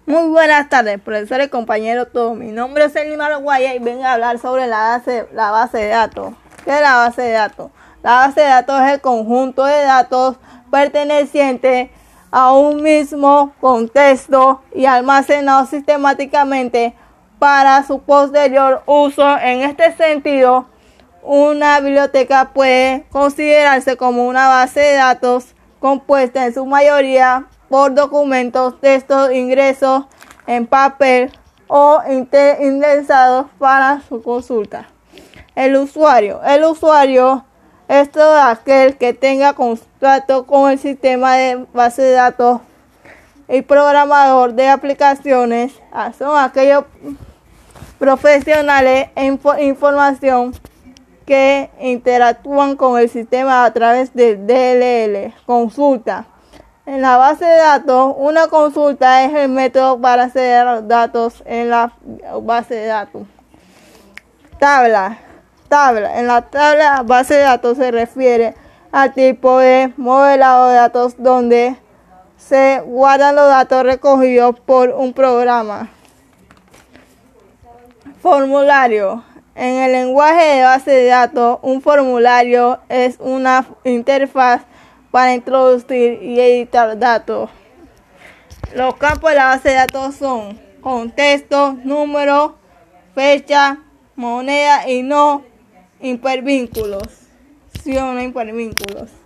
Muy buenas tardes, profesores y compañeros todos. Mi nombre es Elmar Guaya y vengo a hablar sobre la base de datos. ¿Qué es la base de datos? La base de datos es el conjunto de datos pertenecientes a un mismo contexto y almacenados sistemáticamente para su posterior uso. En este sentido, una biblioteca puede considerarse como una base de datos compuesta en su mayoría por documentos, textos, ingresos en papel o indexados para su consulta. El usuario es todo aquel que tenga contacto con el sistema de base de datos y programador de aplicaciones. Son aquellos profesionales en información que interactúan con el sistema a través del DLL. Consulta. En la base de datos, una consulta es el método para acceder a los datos en la base de datos. Tabla. En la tabla base de datos se refiere al tipo de modelado de datos donde se guardan los datos recogidos por un programa. Formulario. En el lenguaje de base de datos, un formulario es una interfaz para introducir y editar datos. Los campos de la base de datos son contexto, número, fecha, moneda y no hipervínculos. Sí o no hipervínculos.